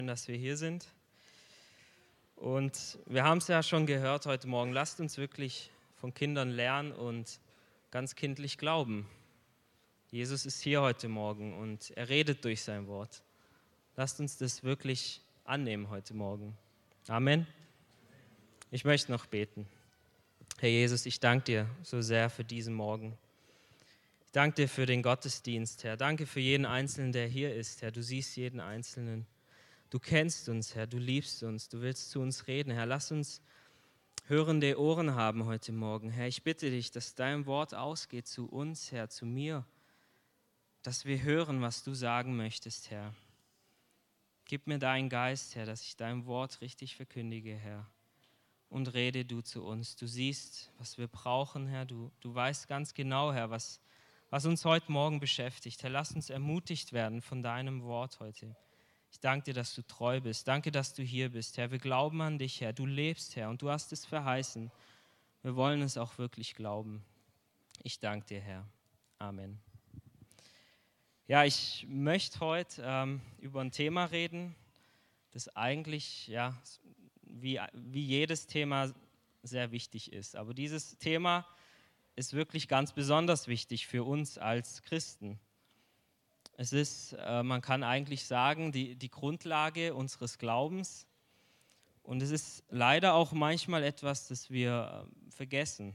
Dass wir hier sind. Und wir haben es ja schon gehört heute Morgen. Lasst uns wirklich von Kindern lernen und ganz kindlich glauben. Jesus ist hier heute Morgen und er redet durch sein Wort. Lasst uns das wirklich annehmen heute Morgen. Amen. Ich möchte noch beten. Herr Jesus, ich danke dir so sehr für diesen Morgen. Ich danke dir für den Gottesdienst, Herr. Danke für jeden Einzelnen, der hier ist, Herr. Du siehst jeden Einzelnen. Du kennst uns, Herr, du liebst uns, du willst zu uns reden, Herr. Lass uns hörende Ohren haben heute Morgen, Herr. Ich bitte dich, dass dein Wort ausgeht zu uns, Herr, zu mir, dass wir hören, was du sagen möchtest, Herr. Gib mir deinen Geist, Herr, dass ich dein Wort richtig verkündige, Herr. Und rede du zu uns. Du siehst, was wir brauchen, Herr. Du weißt ganz genau, Herr, was uns heute Morgen beschäftigt. Herr, lass uns ermutigt werden von deinem Wort heute. Ich danke dir, dass du treu bist. Danke, dass du hier bist, Herr. Wir glauben an dich, Herr. Du lebst, Herr, und du hast es verheißen. Wir wollen es auch wirklich glauben. Ich danke dir, Herr. Amen. Ja, ich möchte heute über ein Thema reden, das eigentlich, ja, wie jedes Thema sehr wichtig ist. Aber dieses Thema ist wirklich ganz besonders wichtig für uns als Christen. Es ist, man kann eigentlich sagen, die Grundlage unseres Glaubens. Und es ist leider auch manchmal etwas, das wir vergessen.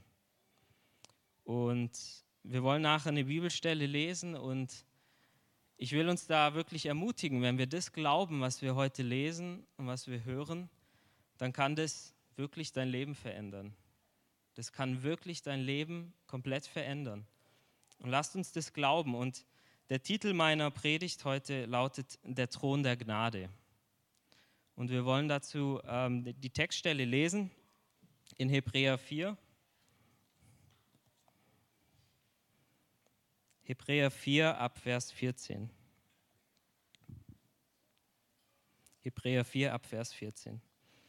Und wir wollen nachher eine Bibelstelle lesen und ich will uns da wirklich ermutigen, wenn wir das glauben, was wir heute lesen und was wir hören, dann kann das wirklich dein Leben verändern. Das kann wirklich dein Leben komplett verändern. Und lasst uns das glauben. Und der Titel meiner Predigt heute lautet Der Thron der Gnade. Und wir wollen dazu die Textstelle lesen in Hebräer 4. Hebräer 4 ab Vers 14. Hebräer 4 ab Vers 14.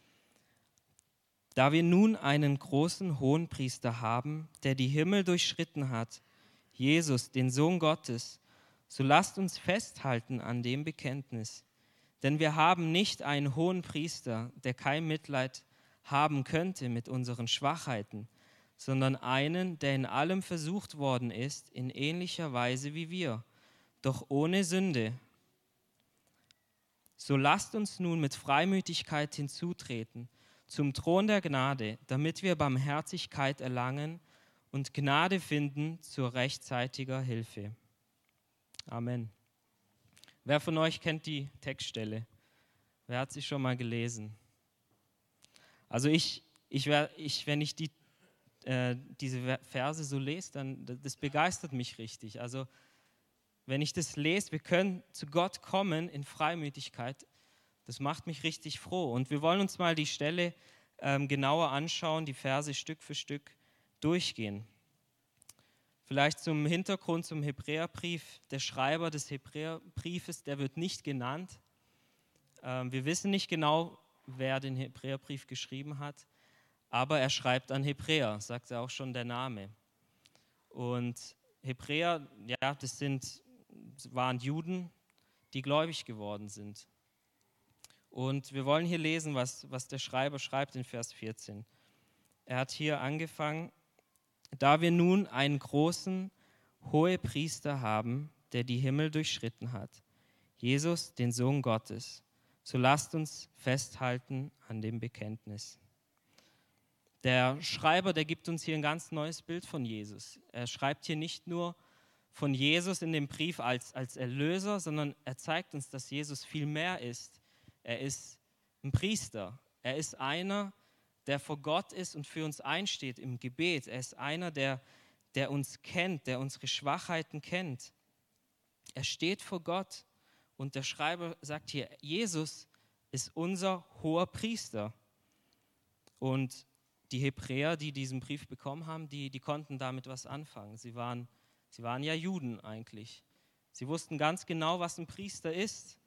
Da wir nun einen großen Hohenpriester haben, der die Himmel durchschritten hat, Jesus, den Sohn Gottes, so lasst uns festhalten an dem Bekenntnis. Denn wir haben nicht einen Hohenpriester, der kein Mitleid haben könnte mit unseren Schwachheiten, sondern einen, der in allem versucht worden ist, in ähnlicher Weise wie wir, doch ohne Sünde. So lasst uns nun mit Freimütigkeit hinzutreten zum Thron der Gnade, damit wir Barmherzigkeit erlangen und Gnade finden zur rechtzeitiger Hilfe. Amen. Wer von euch kennt die Textstelle? Wer hat sie schon mal gelesen? Also wenn ich diese Verse so lese, dann das begeistert mich richtig. Also wenn ich das lese, wir können zu Gott kommen in Freimütigkeit. Das macht mich richtig froh. Und wir wollen uns mal die Stelle genauer anschauen, die Verse Stück für Stück durchgehen. Vielleicht zum Hintergrund zum Hebräerbrief. Der Schreiber des Hebräerbriefes, der wird nicht genannt. Wir wissen nicht genau, wer den Hebräerbrief geschrieben hat, aber er schreibt an Hebräer, sagt ja auch schon der Name. Und Hebräer, ja, das waren Juden, die gläubig geworden sind. Und wir wollen hier lesen, was der Schreiber schreibt in Vers 14. Er hat hier angefangen: Da wir nun einen großen Hohepriester haben, der die Himmel durchschritten hat, Jesus, den Sohn Gottes, so lasst uns festhalten an dem Bekenntnis. Der Schreiber, der gibt uns hier ein ganz neues Bild von Jesus. Er schreibt hier nicht nur von Jesus in dem Brief als Erlöser, sondern er zeigt uns, dass Jesus viel mehr ist. Er ist ein Priester. Er ist einer, der vor Gott ist und für uns einsteht im Gebet. Er ist einer, der uns kennt, der unsere Schwachheiten kennt. Er steht vor Gott und der Schreiber sagt hier, Jesus ist unser hoher Priester. Und die Hebräer, die diesen Brief bekommen haben, die konnten damit was anfangen. Sie waren ja Juden eigentlich. Sie wussten ganz genau, was ein Priester ist.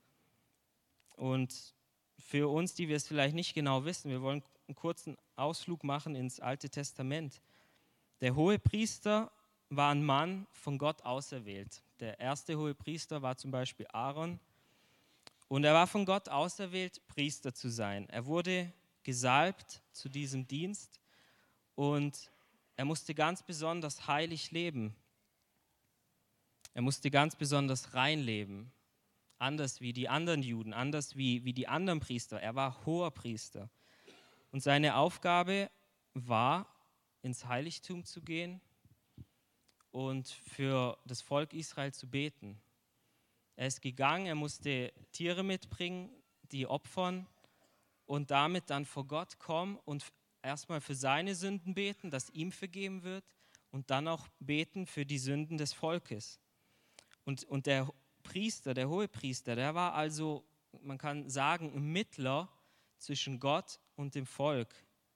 Und für uns, die wir es vielleicht nicht genau wissen, wir wollen einen kurzen Ausflug machen ins Alte Testament. Der Hohepriester war ein Mann von Gott auserwählt. Der erste Hohepriester war zum Beispiel Aaron. Und er war von Gott auserwählt, Priester zu sein. Er wurde gesalbt zu diesem Dienst und er musste ganz besonders heilig leben. Er musste ganz besonders rein leben. Anders wie die anderen Juden, anders wie die anderen Priester. Er war hoher Priester. Und seine Aufgabe war, ins Heiligtum zu gehen und für das Volk Israel zu beten. Er ist gegangen, er musste Tiere mitbringen, die opfern und damit dann vor Gott kommen und erstmal für seine Sünden beten, dass ihm vergeben wird und dann auch beten für die Sünden des Volkes. Und der Priester, der Hohepriester, der war also, man kann sagen, ein Mittler zwischen Gott und dem Volk.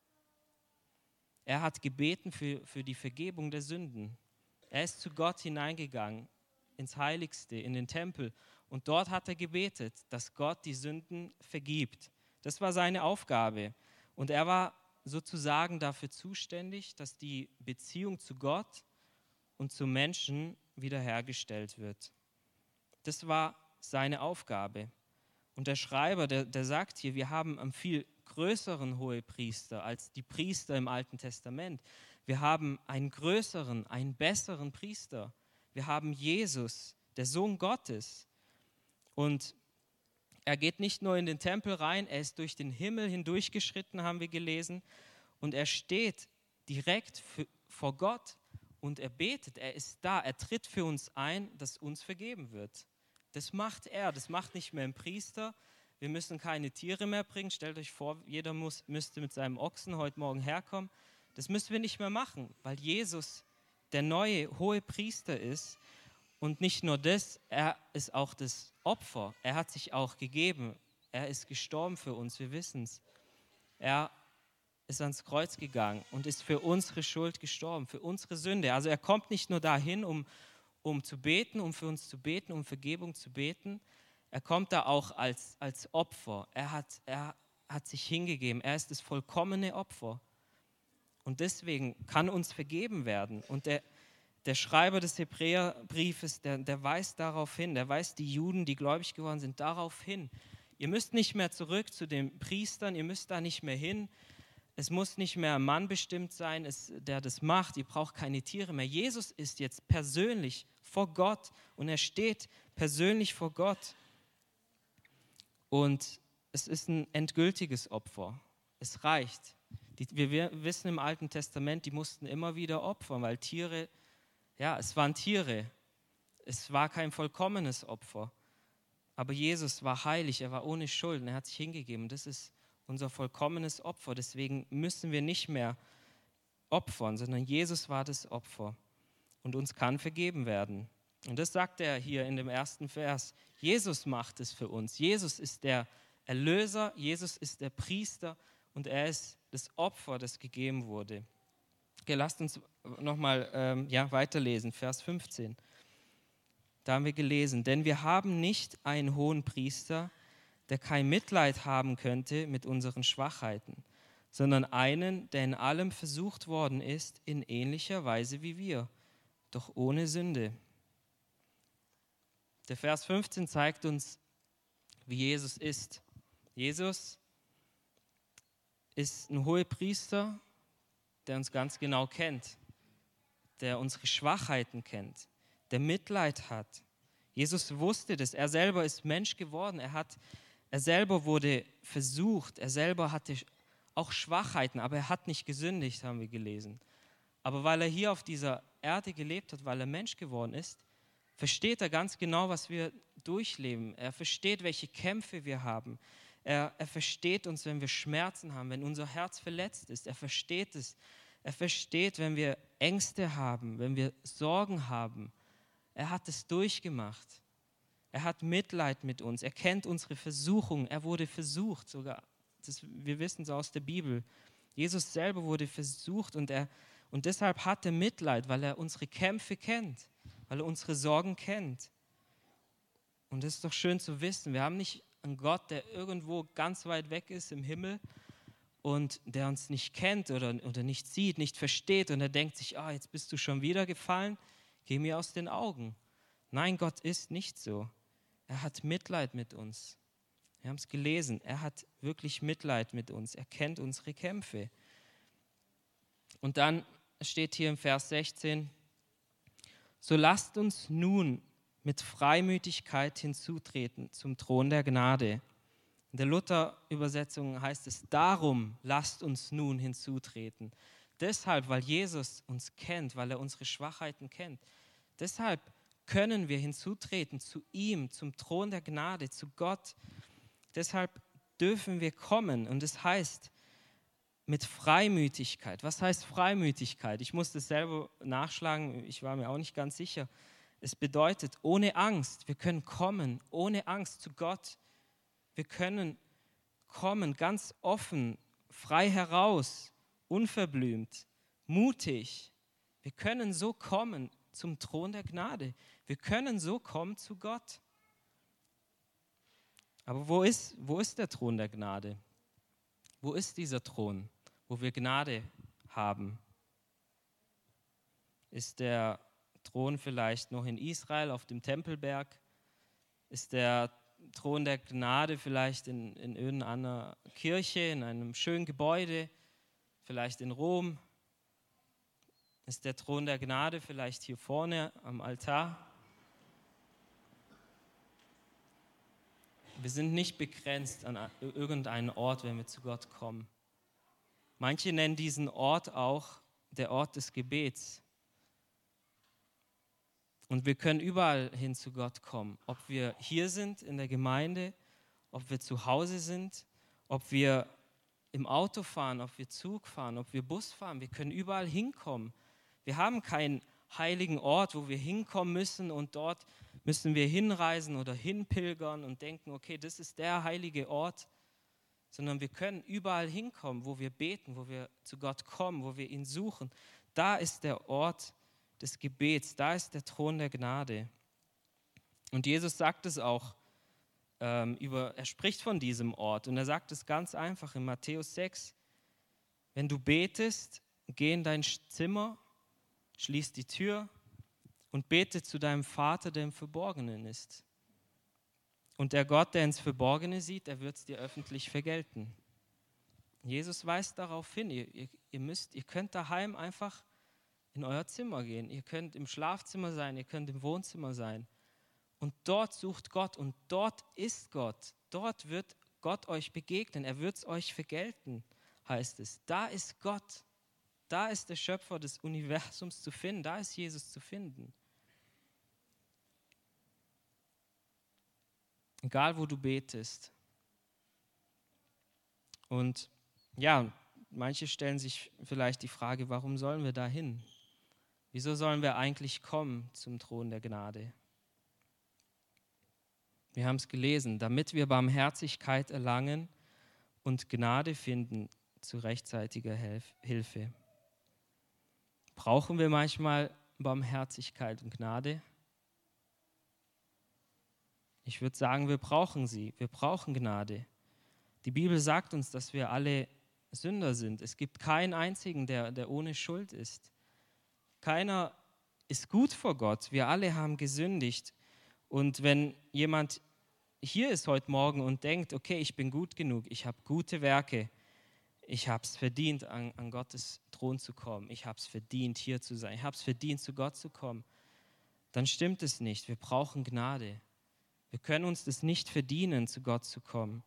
Er hat gebeten für die Vergebung der Sünden. Er ist zu Gott hineingegangen, ins Heiligste, in den Tempel. Und dort hat er gebetet, dass Gott die Sünden vergibt. Das war seine Aufgabe. Und er war sozusagen dafür zuständig, dass die Beziehung zu Gott und zu Menschen wiederhergestellt wird. Das war seine Aufgabe. Und der Schreiber, der sagt hier, wir haben einen viel größeren Hohepriester als die Priester im Alten Testament. Wir haben einen größeren, einen besseren Priester. Wir haben Jesus, der Sohn Gottes. Und er geht nicht nur in den Tempel rein, er ist durch den Himmel hindurchgeschritten, haben wir gelesen. Und er steht direkt vor Gott und er betet, er ist da, er tritt für uns ein, dass uns vergeben wird. Das macht er, das macht nicht mehr ein Priester. Wir müssen keine Tiere mehr bringen. Stellt euch vor, jeder müsste mit seinem Ochsen heute Morgen herkommen. Das müssen wir nicht mehr machen, weil Jesus der neue hohe Priester ist. Und nicht nur das, er ist auch das Opfer. Er hat sich auch gegeben. Er ist gestorben für uns, wir wissen es. Er ist ans Kreuz gegangen und ist für unsere Schuld gestorben, für unsere Sünde. Also er kommt nicht nur dahin, um zu beten, um für uns zu beten, um Vergebung zu beten. Er kommt da auch als Opfer. Er hat sich hingegeben. Er ist das vollkommene Opfer. Und deswegen kann uns vergeben werden. Und der Schreiber des Hebräerbriefes, der weist darauf hin, der weist die Juden, die gläubig geworden sind, darauf hin. Ihr müsst nicht mehr zurück zu den Priestern, ihr müsst da nicht mehr hin. Es muss nicht mehr ein Mann bestimmt sein, der das macht. Ihr braucht keine Tiere mehr. Jesus ist jetzt persönlich vor Gott und er steht persönlich vor Gott. Und es ist ein endgültiges Opfer. Es reicht. Wir wissen im Alten Testament, die mussten immer wieder opfern, weil Tiere, ja, es waren Tiere. Es war kein vollkommenes Opfer. Aber Jesus war heilig, er war ohne Schuld, er hat sich hingegeben. Das ist unser vollkommenes Opfer. Deswegen müssen wir nicht mehr opfern, sondern Jesus war das Opfer und uns kann vergeben werden. Und das sagt er hier in dem ersten Vers. Jesus macht es für uns. Jesus ist der Erlöser, Jesus ist der Priester und er ist das Opfer, das gegeben wurde. Okay, lasst uns nochmal weiterlesen, Vers 15. Da haben wir gelesen, denn wir haben nicht einen hohen Priester, der kein Mitleid haben könnte mit unseren Schwachheiten, sondern einen, der in allem versucht worden ist, in ähnlicher Weise wie wir, doch ohne Sünde. Der Vers 15 zeigt uns, wie Jesus ist. Jesus ist ein Hohepriester, der uns ganz genau kennt, der unsere Schwachheiten kennt, der Mitleid hat. Jesus wusste das, er selber ist Mensch geworden, er selber wurde versucht, er selber hatte auch Schwachheiten, aber er hat nicht gesündigt, haben wir gelesen. Aber weil er hier auf dieser Erde gelebt hat, weil er Mensch geworden ist, versteht er ganz genau, was wir durchleben. Er versteht, welche Kämpfe wir haben. Er versteht uns, wenn wir Schmerzen haben, wenn unser Herz verletzt ist. Er versteht es. Er versteht, wenn wir Ängste haben, wenn wir Sorgen haben. Er hat es durchgemacht. Er hat Mitleid mit uns. Er kennt unsere Versuchung. Er wurde versucht sogar. Wir wissen es aus der Bibel. Jesus selber wurde versucht und deshalb hat er Mitleid, weil er unsere Kämpfe kennt, weil er unsere Sorgen kennt. Und das ist doch schön zu wissen. Wir haben nicht einen Gott, der irgendwo ganz weit weg ist im Himmel und der uns nicht kennt oder nicht sieht, nicht versteht und er denkt sich, jetzt bist du schon wieder gefallen, geh mir aus den Augen. Nein, Gott ist nicht so. Er hat Mitleid mit uns. Wir haben es gelesen. Er hat wirklich Mitleid mit uns. Er kennt unsere Kämpfe. Und dann steht hier im Vers 16, so lasst uns nun mit Freimütigkeit hinzutreten zum Thron der Gnade. In der Luther-Übersetzung heißt es, darum lasst uns nun hinzutreten. Deshalb, weil Jesus uns kennt, weil er unsere Schwachheiten kennt. Deshalb können wir hinzutreten zu ihm, zum Thron der Gnade, zu Gott. Deshalb dürfen wir kommen. Und es heißt, mit Freimütigkeit. Was heißt Freimütigkeit? Ich musste es selber nachschlagen, ich war mir auch nicht ganz sicher. Es bedeutet ohne Angst. Wir können kommen ohne Angst zu Gott. Wir können kommen ganz offen, frei heraus, unverblümt, mutig. Wir können so kommen zum Thron der Gnade. Wir können so kommen zu Gott. Aber wo ist der Thron der Gnade? Wo ist dieser Thron, wo wir Gnade haben? Ist der Thron vielleicht noch in Israel auf dem Tempelberg? Ist der Thron der Gnade vielleicht in irgendeiner Kirche, in einem schönen Gebäude, vielleicht in Rom? Ist der Thron der Gnade vielleicht hier vorne am Altar? Wir sind nicht begrenzt an irgendeinen Ort, wenn wir zu Gott kommen. Manche nennen diesen Ort auch der Ort des Gebets. Und wir können überall hin zu Gott kommen. Ob wir hier sind in der Gemeinde, ob wir zu Hause sind, ob wir im Auto fahren, ob wir Zug fahren, ob wir Bus fahren. Wir können überall hinkommen. Wir haben keinen heiligen Ort, wo wir hinkommen müssen und dort müssen wir hinreisen oder hinpilgern und denken, okay, das ist der heilige Ort, sondern wir können überall hinkommen, wo wir beten, wo wir zu Gott kommen, wo wir ihn suchen. Da ist der Ort des Gebets, da ist der Thron der Gnade. Und Jesus sagt es auch, er spricht von diesem Ort und er sagt es ganz einfach in Matthäus 6, wenn du betest, geh in dein Zimmer, schließ die Tür und bete zu deinem Vater, der im Verborgenen ist. Und der Gott, der ins Verborgene sieht, der wird es dir öffentlich vergelten. Jesus weist darauf hin, ihr könnt daheim einfach in euer Zimmer gehen. Ihr könnt im Schlafzimmer sein, ihr könnt im Wohnzimmer sein. Und dort sucht Gott und dort ist Gott. Dort wird Gott euch begegnen. Er wird es euch vergelten, heißt es. Da ist Gott. Da ist der Schöpfer des Universums zu finden. Da ist Jesus zu finden. Egal, wo du betest. Und ja, manche stellen sich vielleicht die Frage, warum sollen wir da hin? Wieso sollen wir eigentlich kommen zum Thron der Gnade? Wir haben es gelesen, damit wir Barmherzigkeit erlangen und Gnade finden zu rechtzeitiger Hilfe. Brauchen wir manchmal Barmherzigkeit und Gnade? Ich würde sagen, wir brauchen sie. Wir brauchen Gnade. Die Bibel sagt uns, dass wir alle Sünder sind. Es gibt keinen einzigen, der ohne Schuld ist. Keiner ist gut vor Gott. Wir alle haben gesündigt. Und wenn jemand hier ist heute Morgen und denkt, okay, ich bin gut genug, ich habe gute Werke, ich habe es verdient, an Gottes Thron zu kommen, ich habe es verdient, hier zu sein, ich habe es verdient, zu Gott zu kommen, dann stimmt es nicht. Wir brauchen Gnade. Wir können uns das nicht verdienen, zu Gott zu kommen.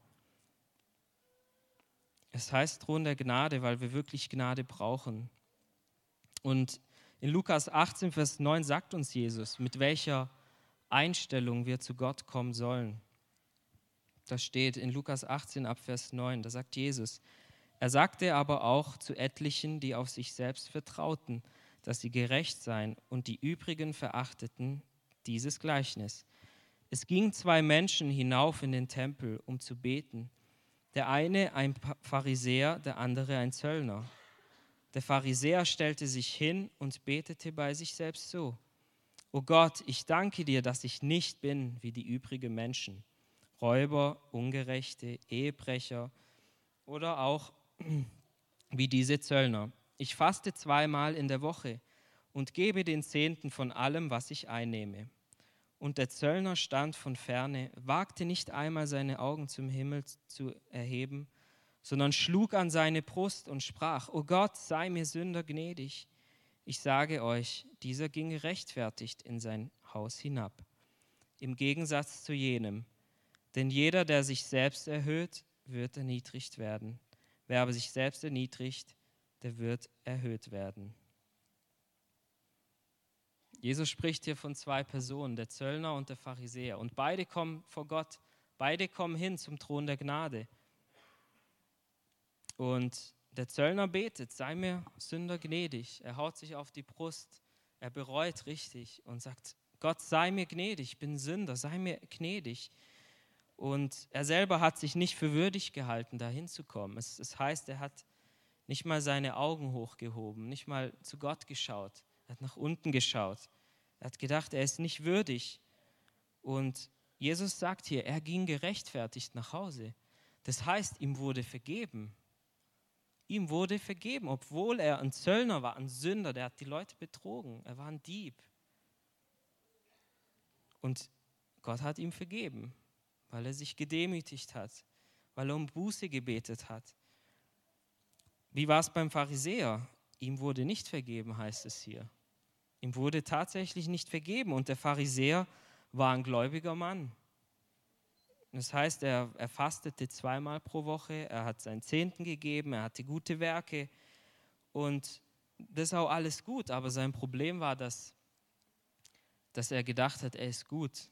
Es heißt Thron der Gnade, weil wir wirklich Gnade brauchen. Und in Lukas 18, Vers 9 sagt uns Jesus, mit welcher Einstellung wir zu Gott kommen sollen. Das steht in Lukas 18 ab Vers 9, da sagt Jesus, er sagte aber auch zu etlichen, die auf sich selbst vertrauten, dass sie gerecht seien und die übrigen verachteten dieses Gleichnis. Es gingen 2 Menschen hinauf in den Tempel, um zu beten. Der eine ein Pharisäer, der andere ein Zöllner. Der Pharisäer stellte sich hin und betete bei sich selbst so: O Gott, ich danke dir, dass ich nicht bin wie die übrigen Menschen, Räuber, Ungerechte, Ehebrecher oder auch wie diese Zöllner. Ich faste 2-mal in der Woche und gebe den Zehnten von allem, was ich einnehme. Und der Zöllner stand von ferne, wagte nicht einmal seine Augen zum Himmel zu erheben, sondern schlug an seine Brust und sprach: O Gott, sei mir Sünder gnädig. Ich sage euch, dieser ging gerechtfertigt in sein Haus hinab, im Gegensatz zu jenem. Denn jeder, der sich selbst erhöht, wird erniedrigt werden. Wer aber sich selbst erniedrigt, der wird erhöht werden. Jesus spricht hier von zwei Personen, der Zöllner und der Pharisäer. Und beide kommen vor Gott, beide kommen hin zum Thron der Gnade. Und der Zöllner betet: Sei mir Sünder gnädig. Er haut sich auf die Brust, er bereut richtig und sagt: Gott, sei mir gnädig, ich bin Sünder, sei mir gnädig. Und er selber hat sich nicht für würdig gehalten, da hinzukommen. Es heißt, er hat nicht mal seine Augen hochgehoben, nicht mal zu Gott geschaut. Er hat nach unten geschaut. Er hat gedacht, er ist nicht würdig. Und Jesus sagt hier, er ging gerechtfertigt nach Hause. Das heißt, ihm wurde vergeben. Ihm wurde vergeben, obwohl er ein Zöllner war, ein Sünder, der hat die Leute betrogen. Er war ein Dieb. Und Gott hat ihm vergeben, weil er sich gedemütigt hat, weil er um Buße gebetet hat. Wie war es beim Pharisäer? Ihm wurde nicht vergeben, heißt es hier. Ihm wurde tatsächlich nicht vergeben. Und der Pharisäer war ein gläubiger Mann. Das heißt, er fastete 2-mal pro Woche, er hat seinen Zehnten gegeben, er hatte gute Werke. Und das ist auch alles gut, aber sein Problem war, dass er gedacht hat, er ist gut.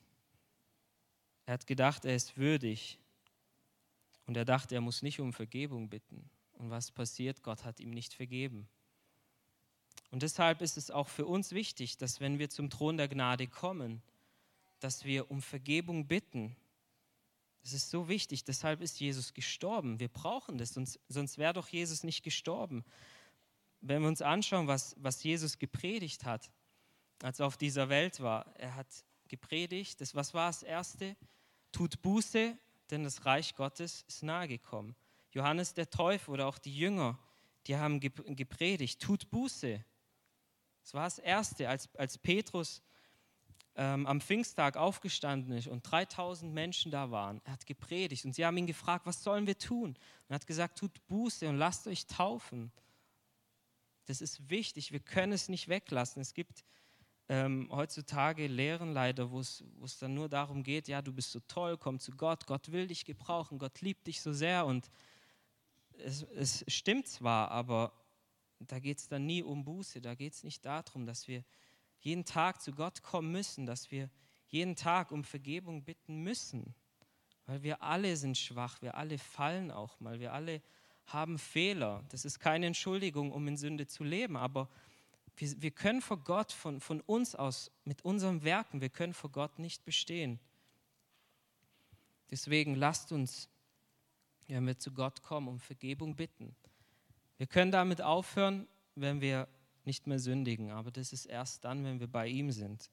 Er hat gedacht, er ist würdig. Und er dachte, er muss nicht um Vergebung bitten. Und was passiert? Gott hat ihm nicht vergeben. Und deshalb ist es auch für uns wichtig, dass wenn wir zum Thron der Gnade kommen, dass wir um Vergebung bitten. Das ist so wichtig, deshalb ist Jesus gestorben. Wir brauchen das, sonst wäre doch Jesus nicht gestorben. Wenn wir uns anschauen, was Jesus gepredigt hat, als er auf dieser Welt war, er hat gepredigt, was war das Erste? Tut Buße, denn das Reich Gottes ist nahe gekommen. Johannes der Täufer oder auch die Jünger, die haben gepredigt, tut Buße. Das war das Erste, als Petrus am Pfingsttag aufgestanden ist und 3000 Menschen da waren. Er hat gepredigt und sie haben ihn gefragt, was sollen wir tun? Und er hat gesagt, tut Buße und lasst euch taufen. Das ist wichtig, wir können es nicht weglassen. Es gibt heutzutage Lehren leider, wo es dann nur darum geht, ja, du bist so toll, komm zu Gott, Gott will dich gebrauchen, Gott liebt dich so sehr. Und es stimmt zwar, aber da geht es dann nie um Buße, da geht es nicht darum, dass wir jeden Tag zu Gott kommen müssen, dass wir jeden Tag um Vergebung bitten müssen, weil wir alle sind schwach, wir alle fallen auch mal, wir alle haben Fehler. Das ist keine Entschuldigung, um in Sünde zu leben, aber wir können vor Gott von uns aus, mit unseren Werken, wir können vor Gott nicht bestehen. Deswegen lasst uns, wenn wir zu Gott kommen, um Vergebung bitten. Wir können damit aufhören, wenn wir nicht mehr sündigen, aber das ist erst dann, wenn wir bei ihm sind.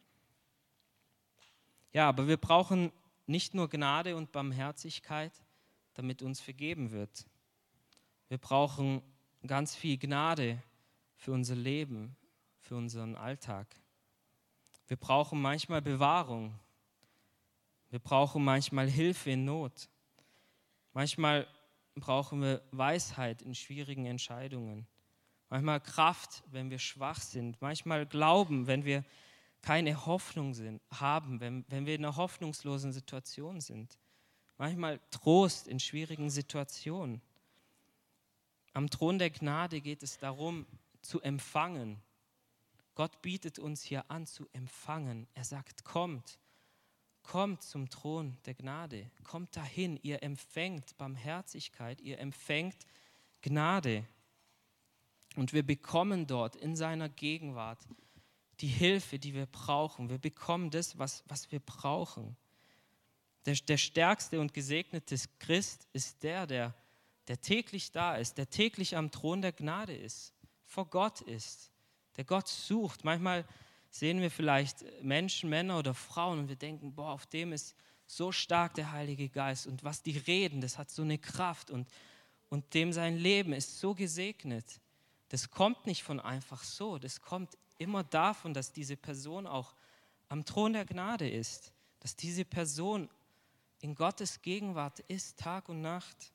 Ja, aber wir brauchen nicht nur Gnade und Barmherzigkeit, damit uns vergeben wird. Wir brauchen ganz viel Gnade für unser Leben, für unseren Alltag. Wir brauchen manchmal Bewahrung. Wir brauchen manchmal Hilfe in Not. Manchmal brauchen wir Weisheit in schwierigen Entscheidungen. Manchmal Kraft, wenn wir schwach sind. Manchmal Glauben, wenn wir keine Hoffnung haben, wenn wir in einer hoffnungslosen Situation sind. Manchmal Trost in schwierigen Situationen. Am Thron der Gnade geht es darum, zu empfangen. Gott bietet uns hier an, zu empfangen. Er sagt, kommt zum Thron der Gnade. Kommt dahin, ihr empfängt Barmherzigkeit, ihr empfängt Gnade. Und wir bekommen dort in seiner Gegenwart die Hilfe, die wir brauchen. Wir bekommen das, was wir brauchen. Der stärkste und gesegnete Christ ist der täglich da ist, der täglich am Thron der Gnade ist, vor Gott ist, der Gott sucht. Manchmal sehen wir vielleicht Menschen, Männer oder Frauen und wir denken, boah, auf dem ist so stark der Heilige Geist und was die reden, das hat so eine Kraft und dem sein Leben ist so gesegnet. Das kommt nicht von einfach so, das kommt immer davon, dass diese Person auch am Thron der Gnade ist, dass diese Person in Gottes Gegenwart ist, Tag und Nacht.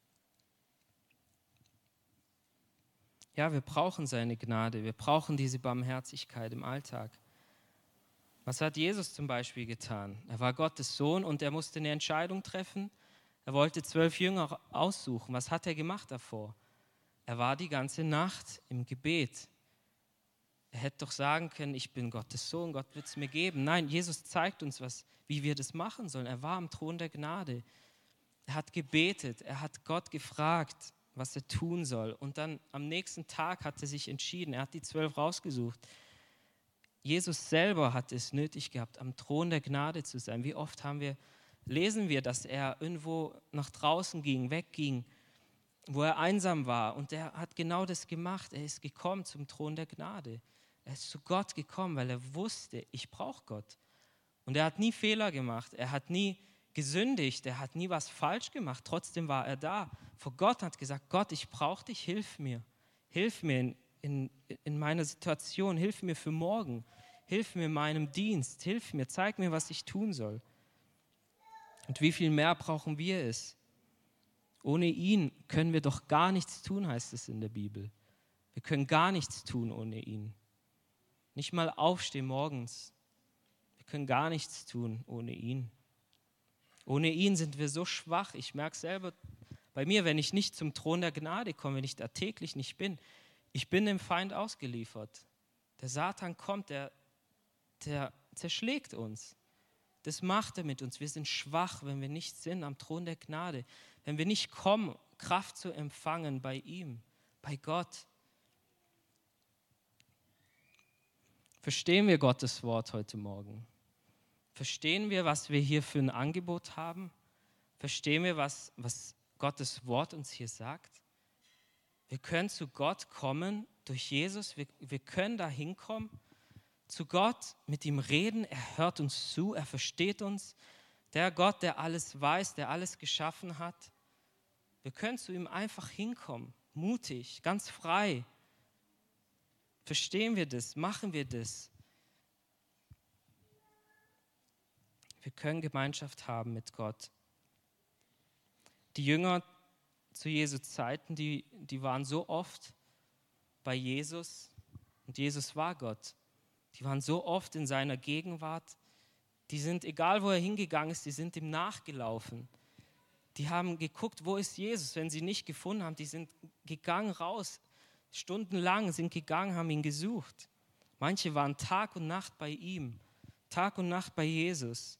Ja, wir brauchen seine Gnade, wir brauchen diese Barmherzigkeit im Alltag. Was hat Jesus zum Beispiel getan? Er war Gottes Sohn und er musste eine Entscheidung treffen. Er wollte 12 Jünger aussuchen. Was hat er gemacht davor? Er war die ganze Nacht im Gebet. Er hätte doch sagen können, ich bin Gottes Sohn, Gott wird es mir geben. Nein, Jesus zeigt uns, wie wir das machen sollen. Er war am Thron der Gnade. Er hat gebetet, er hat Gott gefragt, was er tun soll. Und dann am nächsten Tag hat er sich entschieden, er hat die 12 rausgesucht. Jesus selber hat es nötig gehabt, am Thron der Gnade zu sein. Wie oft lesen wir, dass er irgendwo nach draußen ging, wegging, wo er einsam war. Und er hat genau das gemacht. Er ist gekommen zum Thron der Gnade. Er ist zu Gott gekommen, weil er wusste, ich brauche Gott. Und er hat nie Fehler gemacht. Er hat nie gesündigt. Er hat nie was falsch gemacht. Trotzdem war er da. Vor Gott hat gesagt, Gott, ich brauche dich, hilf mir. Hilf mir in meiner Situation, hilf mir für morgen. Hilf mir in meinem Dienst. Hilf mir, zeig mir, was ich tun soll. Und wie viel mehr brauchen wir es? Ohne ihn können wir doch gar nichts tun, heißt es in der Bibel. Wir können gar nichts tun ohne ihn. Nicht mal aufstehen morgens. Wir können gar nichts tun ohne ihn. Ohne ihn sind wir so schwach. Ich merke selber bei mir, wenn ich nicht zum Thron der Gnade komme, wenn ich da täglich nicht bin, ich bin dem Feind ausgeliefert. Der Satan kommt, der zerschlägt uns. Das macht er mit uns. Wir sind schwach, wenn wir nicht sind am Thron der Gnade. Wenn wir nicht kommen, Kraft zu empfangen bei ihm, bei Gott. Verstehen wir Gottes Wort heute Morgen? Verstehen wir, was wir hier für ein Angebot haben? Verstehen wir, was Gottes Wort uns hier sagt? Wir können zu Gott kommen durch Jesus. Wir können da hinkommen, zu Gott, mit ihm reden. Er hört uns zu, er versteht uns. Der Gott, der alles weiß, der alles geschaffen hat. Wir können zu ihm einfach hinkommen, mutig, ganz frei. Verstehen wir das? Machen wir das? Wir können Gemeinschaft haben mit Gott. Die Jünger zu Jesu Zeiten, die waren so oft bei Jesus und Jesus war Gott. Die waren so oft in seiner Gegenwart. Die sind, egal wo er hingegangen ist, die sind ihm nachgelaufen. Die haben geguckt, wo ist Jesus? Wenn sie nicht gefunden haben, die sind gegangen raus, stundenlang sind gegangen, haben ihn gesucht. Manche waren Tag und Nacht bei ihm, Tag und Nacht bei Jesus.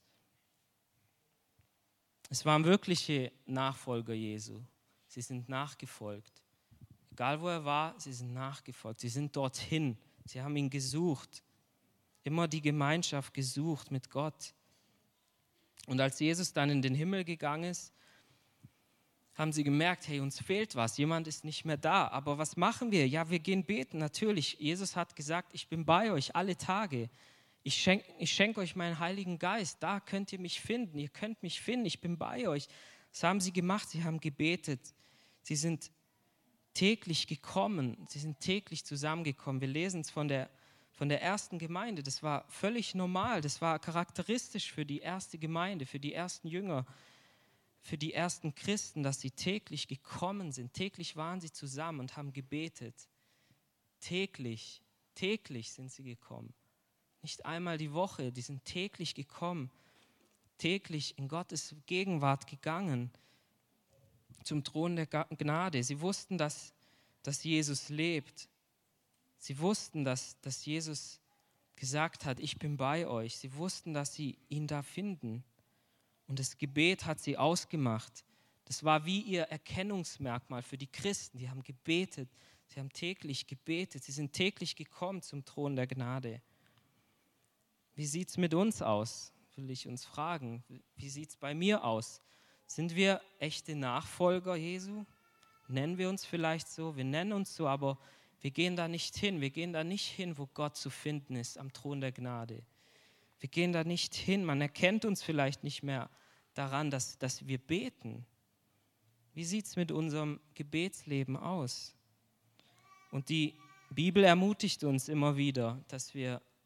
Es waren wirkliche Nachfolger Jesu. Sie sind nachgefolgt. Egal wo er war, sie sind nachgefolgt. Sie sind dorthin. Sie haben ihn gesucht. Immer die Gemeinschaft gesucht mit Gott. Und als Jesus dann in den Himmel gegangen ist, haben sie gemerkt, hey, uns fehlt was, jemand ist nicht mehr da. Aber was machen wir? Ja, wir gehen beten, natürlich. Jesus hat gesagt, ich bin bei euch alle Tage. Ich schenke euch meinen Heiligen Geist, da könnt ihr mich finden, ihr könnt mich finden, ich bin bei euch. Das haben sie gemacht, sie haben gebetet. Sie sind täglich gekommen, sie sind täglich zusammengekommen. Wir lesen es von der ersten Gemeinde, das war völlig normal, das war charakteristisch für die erste Gemeinde, für die ersten Jünger, für die ersten Christen, dass sie täglich gekommen sind. Täglich waren sie zusammen und haben gebetet. Täglich sind sie gekommen. Nicht einmal die Woche, die sind täglich gekommen, täglich in Gottes Gegenwart gegangen, zum Thron der Gnade. Sie wussten, dass Jesus lebt. Sie wussten, dass Jesus gesagt hat, ich bin bei euch. Sie wussten, dass sie ihn da finden. Und das Gebet hat sie ausgemacht. Das war wie ihr Erkennungsmerkmal für die Christen. Die haben gebetet, sie haben täglich gebetet, sie sind täglich gekommen zum Thron der Gnade. Wie sieht es mit uns aus, will ich uns fragen. Wie sieht es bei mir aus? Sind wir echte Nachfolger Jesu? Nennen wir uns vielleicht so? Wir nennen uns so, aber wir gehen da nicht hin. Wir gehen da nicht hin, wo Gott zu finden ist, am Thron der Gnade. Wir gehen da nicht hin. Man erkennt uns vielleicht nicht mehr daran, dass wir beten. Wie sieht es mit unserem Gebetsleben aus? Und die Bibel ermutigt uns immer wieder, dass wir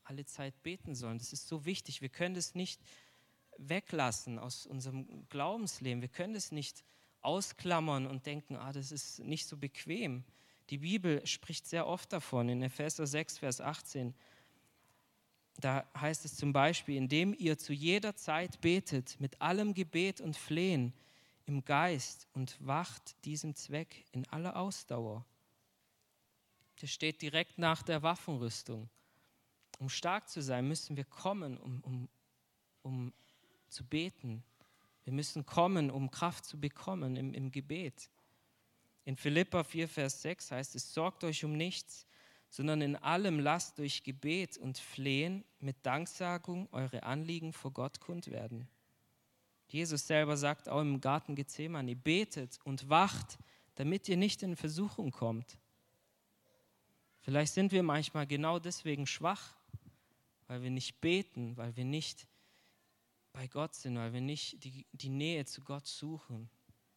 alle Zeit beten sollen. Das ist so wichtig. Wir können das nicht weglassen aus unserem Glaubensleben. Wir können das nicht ausklammern und denken, das ist nicht so bequem. Die Bibel spricht sehr oft davon. In Epheser 6, Vers 18, da heißt es zum Beispiel, indem ihr zu jeder Zeit betet, mit allem Gebet und Flehen im Geist und wacht diesem Zweck in aller Ausdauer. Das steht direkt nach der Waffenrüstung. Um stark zu sein, müssen wir kommen, um zu beten. Wir müssen kommen, um Kraft zu bekommen im Gebet. In Philipper 4, Vers 6 heißt es, sorgt euch um nichts, sondern in allem lasst durch Gebet und Flehen mit Danksagung eure Anliegen vor Gott kund werden. Jesus selber sagt auch im Garten Gethsemane, betet und wacht, damit ihr nicht in Versuchung kommt. Vielleicht sind wir manchmal genau deswegen schwach, weil wir nicht beten, weil wir nicht bei Gott sind, weil wir nicht die Nähe zu Gott suchen.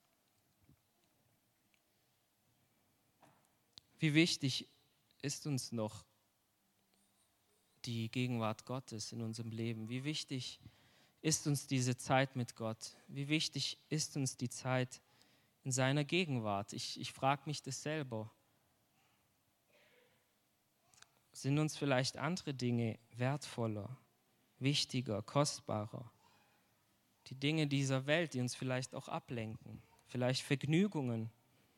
Wie wichtig ist uns noch die Gegenwart Gottes in unserem Leben? Wie wichtig ist uns diese Zeit mit Gott? Wie wichtig ist uns die Zeit in seiner Gegenwart? Ich frage mich das selber. Sind uns vielleicht andere Dinge wertvoller, wichtiger, kostbarer? Die Dinge dieser Welt, die uns vielleicht auch ablenken, vielleicht Vergnügungen,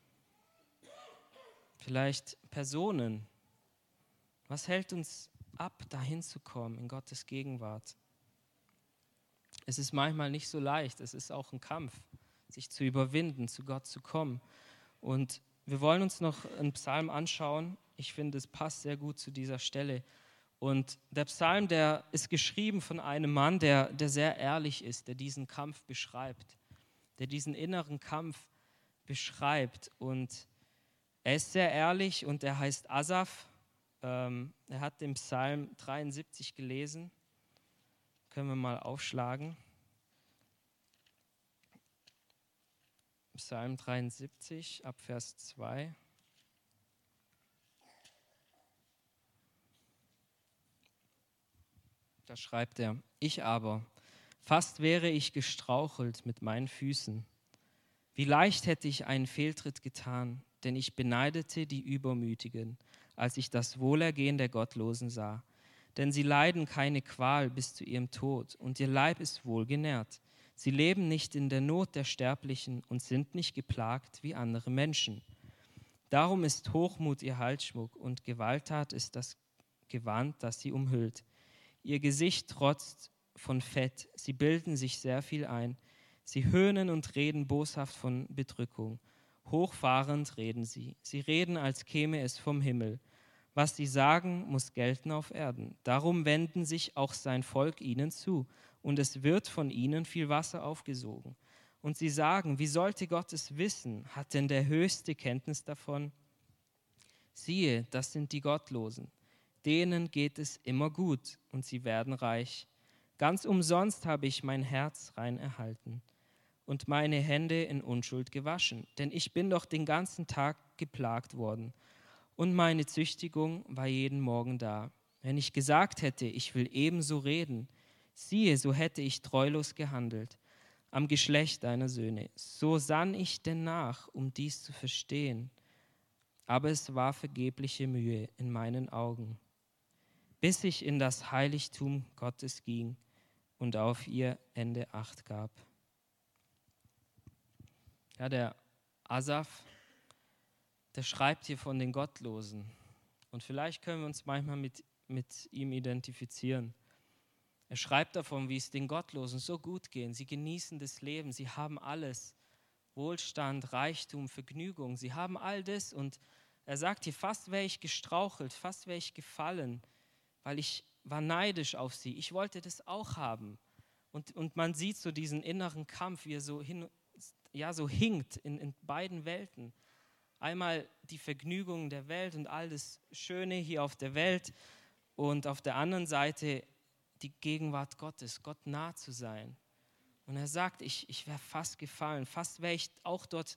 vielleicht Personen. Was hält uns ab, dahin zu kommen in Gottes Gegenwart? Es ist manchmal nicht so leicht, es ist auch ein Kampf, sich zu überwinden, zu Gott zu kommen. Und wir wollen uns noch einen Psalm anschauen. Ich finde, es passt sehr gut zu dieser Stelle. Und der Psalm, der ist geschrieben von einem Mann, der sehr ehrlich ist, der diesen Kampf beschreibt, der diesen inneren Kampf beschreibt. Und er ist sehr ehrlich und er heißt Asaf. Er hat den Psalm 73 gelesen. Können wir mal aufschlagen. Psalm 73 ab Vers 2. Da schreibt er, ich aber, fast wäre ich gestrauchelt mit meinen Füßen. Wie leicht hätte ich einen Fehltritt getan, denn ich beneidete die Übermütigen, als ich das Wohlergehen der Gottlosen sah. Denn sie leiden keine Qual bis zu ihrem Tod, und ihr Leib ist wohlgenährt. Sie leben nicht in der Not der Sterblichen und sind nicht geplagt wie andere Menschen. Darum ist Hochmut ihr Halsschmuck und Gewalttat ist das Gewand, das sie umhüllt. Ihr Gesicht trotzt von Fett, sie bilden sich sehr viel ein. Sie höhnen und reden boshaft von Bedrückung. Hochfahrend reden sie. Sie reden, als käme es vom Himmel. Was sie sagen, muss gelten auf Erden. Darum wenden sich auch sein Volk ihnen zu, und es wird von ihnen viel Wasser aufgesogen. Und sie sagen, wie sollte Gott es wissen? Hat denn der Höchste Kenntnis davon? Siehe, das sind die Gottlosen. Denen geht es immer gut, und sie werden reich. Ganz umsonst habe ich mein Herz rein erhalten und meine Hände in Unschuld gewaschen. Denn ich bin doch den ganzen Tag geplagt worden, und meine Züchtigung war jeden Morgen da. Wenn ich gesagt hätte, ich will ebenso reden, siehe, so hätte ich treulos gehandelt am Geschlecht deiner Söhne. So sann ich denn nach, um dies zu verstehen. Aber es war vergebliche Mühe in meinen Augen, bis ich in das Heiligtum Gottes ging und auf ihr Ende Acht gab. Ja, der Asaf, der schreibt hier von den Gottlosen. Und vielleicht können wir uns manchmal mit ihm identifizieren. Er schreibt davon, wie es den Gottlosen so gut geht. Sie genießen das Leben, sie haben alles. Wohlstand, Reichtum, Vergnügung, sie haben all das. Und er sagt hier, fast wäre ich gestrauchelt, fast wäre ich gefallen, weil ich war neidisch auf sie. Ich wollte das auch haben. Und man sieht so diesen inneren Kampf, wie er so hinkt in beiden Welten. Einmal die Vergnügungen der Welt und all das Schöne hier auf der Welt und auf der anderen Seite die Gegenwart Gottes, Gott nah zu sein. Und er sagt, ich wäre fast gefallen, fast wäre ich auch dort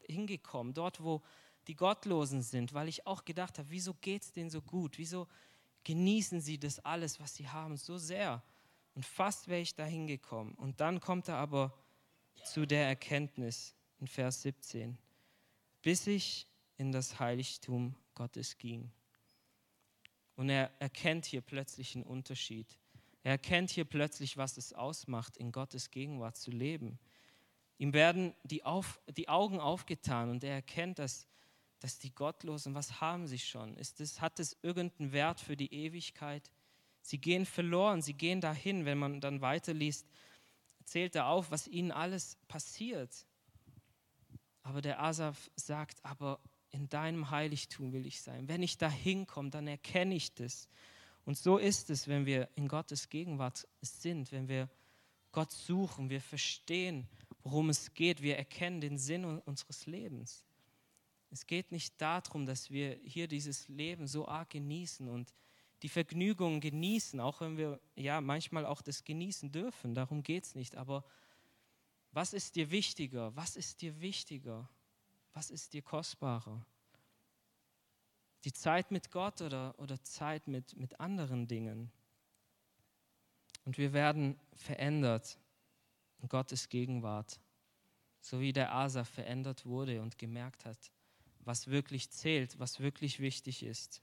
hingekommen, dort wo die Gottlosen sind, weil ich auch gedacht habe, wieso geht es denen so gut, wieso genießen sie das alles, was sie haben, so sehr. Und fast wäre ich da hingekommen. Und dann kommt er aber zu der Erkenntnis in Vers 17, bis ich in das Heiligtum Gottes ging. Und er erkennt hier plötzlich einen Unterschied. Er erkennt hier plötzlich, was es ausmacht, in Gottes Gegenwart zu leben. Ihm werden die Augen aufgetan und er erkennt, dass die Gottlosen, was haben sie schon? Hat es irgendeinen Wert für die Ewigkeit? Sie gehen verloren, sie gehen dahin. Wenn man dann weiterliest, zählt er auf, was ihnen alles passiert. Aber der Asaf sagt, aber in deinem Heiligtum will ich sein. Wenn ich da hinkomme, dann erkenne ich das. Und so ist es, wenn wir in Gottes Gegenwart sind, wenn wir Gott suchen, wir verstehen, worum es geht, wir erkennen den Sinn unseres Lebens. Es geht nicht darum, dass wir hier dieses Leben so arg genießen und die Vergnügungen genießen, auch wenn wir ja manchmal auch das genießen dürfen, darum geht es nicht. Aber was ist dir wichtiger? Was ist dir wichtiger? Was ist dir kostbarer? Die Zeit mit Gott oder Zeit mit anderen Dingen? Und wir werden verändert in Gottes Gegenwart, so wie der Asaf verändert wurde und gemerkt hat, was wirklich zählt, was wirklich wichtig ist.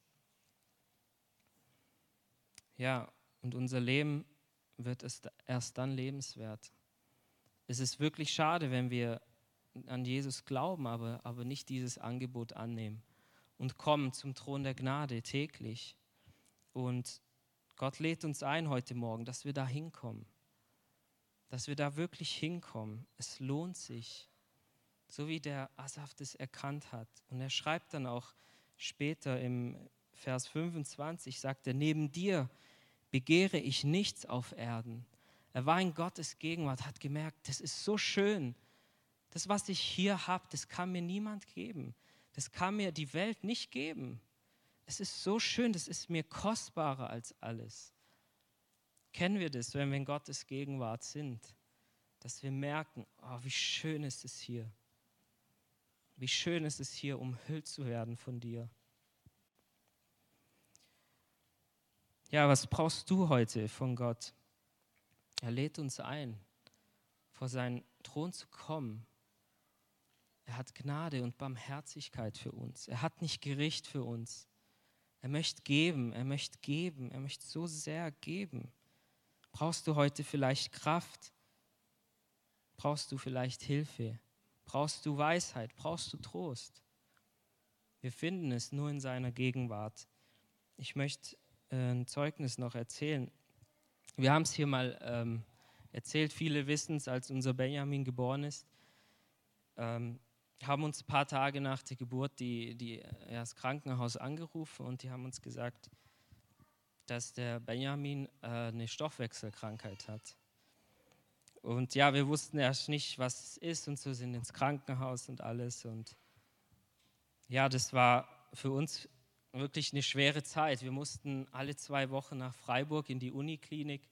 Ja, und unser Leben wird erst dann lebenswert. Es ist wirklich schade, wenn wir an Jesus glauben, aber nicht dieses Angebot annehmen und kommen zum Thron der Gnade täglich. Und Gott lädt uns ein heute Morgen, dass wir da hinkommen, dass wir da wirklich hinkommen. Es lohnt sich, so wie der Asaf das erkannt hat. Und er schreibt dann auch später im Vers 25, sagt er, neben dir begehre ich nichts auf Erden. Er war in Gottes Gegenwart, hat gemerkt, das ist so schön. Das, was ich hier habe, das kann mir niemand geben. Das kann mir die Welt nicht geben. Es ist so schön, das ist mir kostbarer als alles. Kennen wir das, wenn wir in Gottes Gegenwart sind? Dass wir merken, oh, wie schön ist es hier. Wie schön ist es hier, umhüllt zu werden von dir. Ja, was brauchst du heute von Gott? Er lädt uns ein, vor seinen Thron zu kommen. Er hat Gnade und Barmherzigkeit für uns. Er hat nicht Gericht für uns. Er möchte geben, er möchte geben, er möchte so sehr geben. Brauchst du heute vielleicht Kraft? Brauchst du vielleicht Hilfe? Brauchst du Weisheit? Brauchst du Trost? Wir finden es nur in seiner Gegenwart. Ich möchte ein Zeugnis noch erzählen. Wir haben es hier mal erzählt, viele wissen es, als unser Benjamin geboren ist, haben uns ein paar Tage nach der Geburt das Krankenhaus angerufen und die haben uns gesagt, dass der Benjamin eine Stoffwechselkrankheit hat. Und ja, wir wussten erst nicht, was es ist und so, sind ins Krankenhaus und alles. Und ja, das war für uns wirklich eine schwere Zeit. Wir mussten alle 2 Wochen nach Freiburg in die Uniklinik.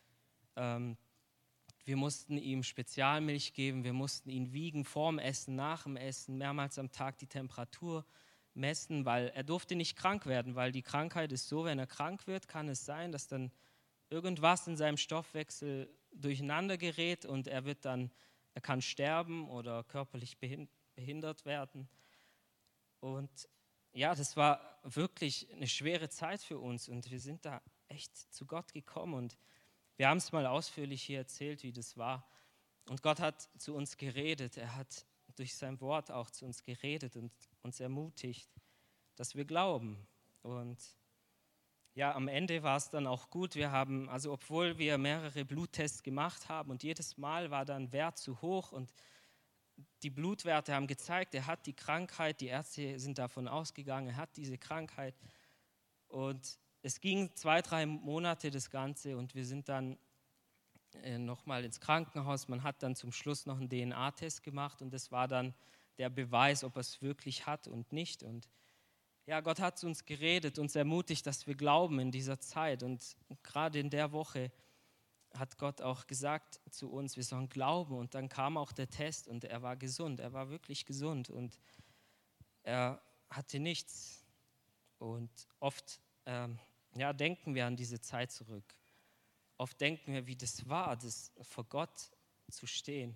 Wir mussten ihm Spezialmilch geben, wir mussten ihn wiegen vorm Essen, nach dem Essen, mehrmals am Tag die Temperatur messen, weil er durfte nicht krank werden, weil die Krankheit ist so, wenn er krank wird, kann es sein, dass dann irgendwas in seinem Stoffwechsel durcheinander gerät und er kann sterben oder körperlich behindert werden. Und ja, das war wirklich eine schwere Zeit für uns und wir sind da echt zu Gott gekommen und wir haben es mal ausführlich hier erzählt, wie das war. Und Gott hat zu uns geredet. Er hat durch sein Wort auch zu uns geredet und uns ermutigt, dass wir glauben. Und ja, am Ende war es dann auch gut. Obwohl wir mehrere Bluttests gemacht haben und jedes Mal war dann Wert zu hoch und die Blutwerte haben gezeigt, er hat die Krankheit, die Ärzte sind davon ausgegangen, er hat diese Krankheit. Und es ging 2-3 Monate das Ganze und wir sind dann nochmal ins Krankenhaus. Man hat dann zum Schluss noch einen DNA-Test gemacht und das war dann der Beweis, ob er es wirklich hat und nicht. Und ja, Gott hat zu uns geredet, uns ermutigt, dass wir glauben in dieser Zeit. Und gerade in der Woche hat Gott auch gesagt zu uns, wir sollen glauben. Und dann kam auch der Test und er war gesund, er war wirklich gesund und er hatte nichts. Und oft ja, denken wir an diese Zeit zurück. Oft denken wir, wie das war, das vor Gott zu stehen.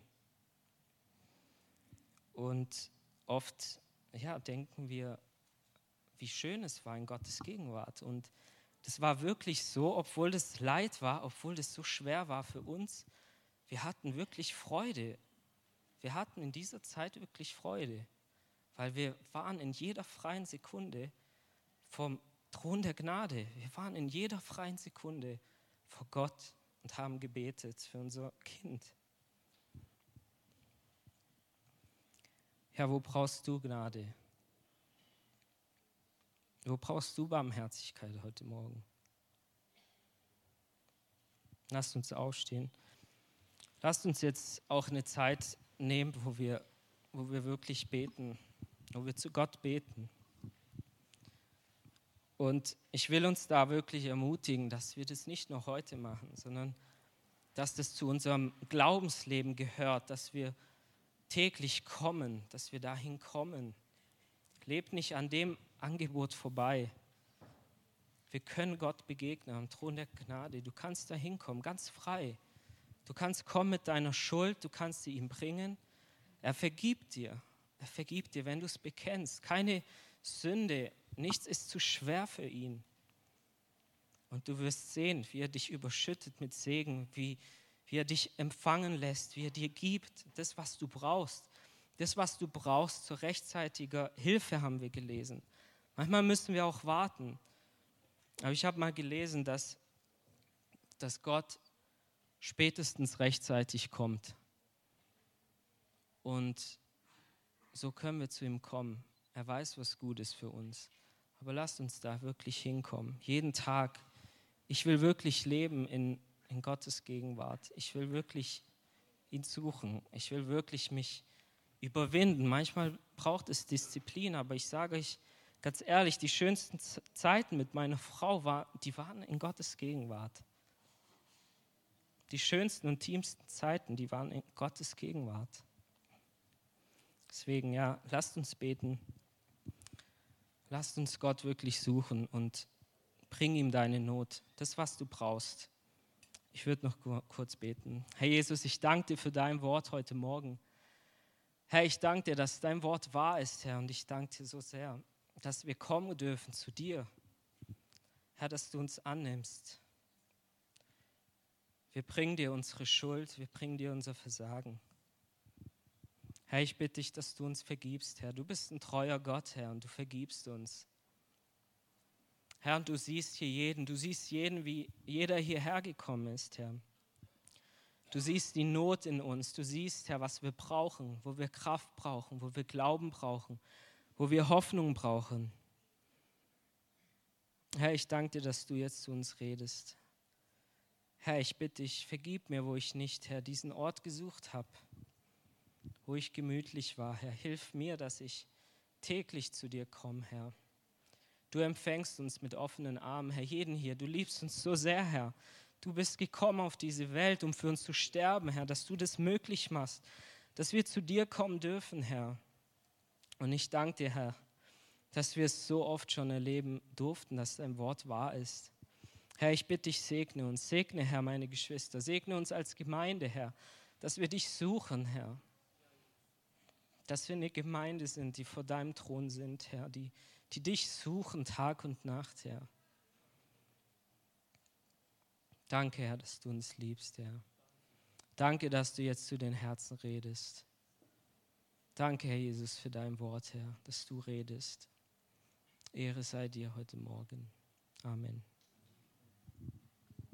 Und oft, ja, denken wir, wie schön es war in Gottes Gegenwart. Und das war wirklich so, obwohl das Leid war, obwohl das so schwer war für uns, wir hatten wirklich Freude. Wir hatten in dieser Zeit wirklich Freude, weil wir waren in jeder freien Sekunde vom Thron der Gnade. Wir waren in jeder freien Sekunde vor Gott und haben gebetet für unser Kind. Herr, wo brauchst du Gnade? Wo brauchst du Barmherzigkeit heute Morgen? Lasst uns aufstehen. Lasst uns jetzt auch eine Zeit nehmen, wo wir wirklich beten, wo wir zu Gott beten. Und ich will uns da wirklich ermutigen, dass wir das nicht nur heute machen, sondern dass das zu unserem Glaubensleben gehört, dass wir täglich kommen, dass wir dahin kommen. Lebt nicht an dem Angebot vorbei. Wir können Gott begegnen am Thron der Gnade. Du kannst da hinkommen, ganz frei. Du kannst kommen mit deiner Schuld, du kannst sie ihm bringen. Er vergibt dir, wenn du es bekennst. Keine Sünde, nichts ist zu schwer für ihn. Und du wirst sehen, wie er dich überschüttet mit Segen, wie er dich empfangen lässt, wie er dir gibt, das, was du brauchst. Das, was du brauchst zur rechtzeitiger Hilfe, haben wir gelesen. Manchmal müssen wir auch warten. Aber ich habe mal gelesen, dass Gott spätestens rechtzeitig kommt. Und so können wir zu ihm kommen. Er weiß, was gut ist für uns. Aber lasst uns da wirklich hinkommen. Jeden Tag. Ich will wirklich leben in Gottes Gegenwart. Ich will wirklich ihn suchen. Ich will wirklich mich überwinden. Manchmal braucht es Disziplin, aber ich sage euch ganz ehrlich, die schönsten Zeiten mit meiner Frau waren in Gottes Gegenwart. Die schönsten und intimsten Zeiten, die waren in Gottes Gegenwart. Deswegen, ja, lasst uns beten. Lasst uns Gott wirklich suchen und bring ihm deine Not, das, was du brauchst. Ich würde noch kurz beten. Herr Jesus, ich danke dir für dein Wort heute Morgen. Herr, ich danke dir, dass dein Wort wahr ist, Herr, und ich danke dir so sehr, dass wir kommen dürfen zu dir. Herr, dass du uns annimmst. Wir bringen dir unsere Schuld, wir bringen dir unser Versagen. Herr, ich bitte dich, dass du uns vergibst, Herr. Du bist ein treuer Gott, Herr, und du vergibst uns. Herr, und du siehst jeden, wie jeder hierher gekommen ist, Herr. Du siehst die Not in uns, du siehst, Herr, was wir brauchen, wo wir Kraft brauchen, wo wir Glauben brauchen, wo wir Hoffnung brauchen. Herr, ich danke dir, dass du jetzt zu uns redest. Herr, ich bitte dich, vergib mir, wo ich nicht, Herr, diesen Ort gesucht habe, wo ich gemütlich war. Herr, hilf mir, dass ich täglich zu dir komme, Herr. Du empfängst uns mit offenen Armen, Herr, jeden hier. Du liebst uns so sehr, Herr. Du bist gekommen auf diese Welt, um für uns zu sterben, Herr, dass du das möglich machst, dass wir zu dir kommen dürfen, Herr. Und ich danke dir, Herr, dass wir es so oft schon erleben durften, dass dein Wort wahr ist. Herr, ich bitte dich, segne uns, segne, Herr, meine Geschwister, segne uns als Gemeinde, Herr, dass wir dich suchen, Herr. Dass wir eine Gemeinde sind, die vor deinem Thron sind, Herr, die dich suchen Tag und Nacht, Herr. Danke, Herr, dass du uns liebst, Herr. Danke, dass du jetzt zu den Herzen redest. Danke, Herr Jesus, für dein Wort, Herr, dass du redest. Ehre sei dir heute Morgen. Amen.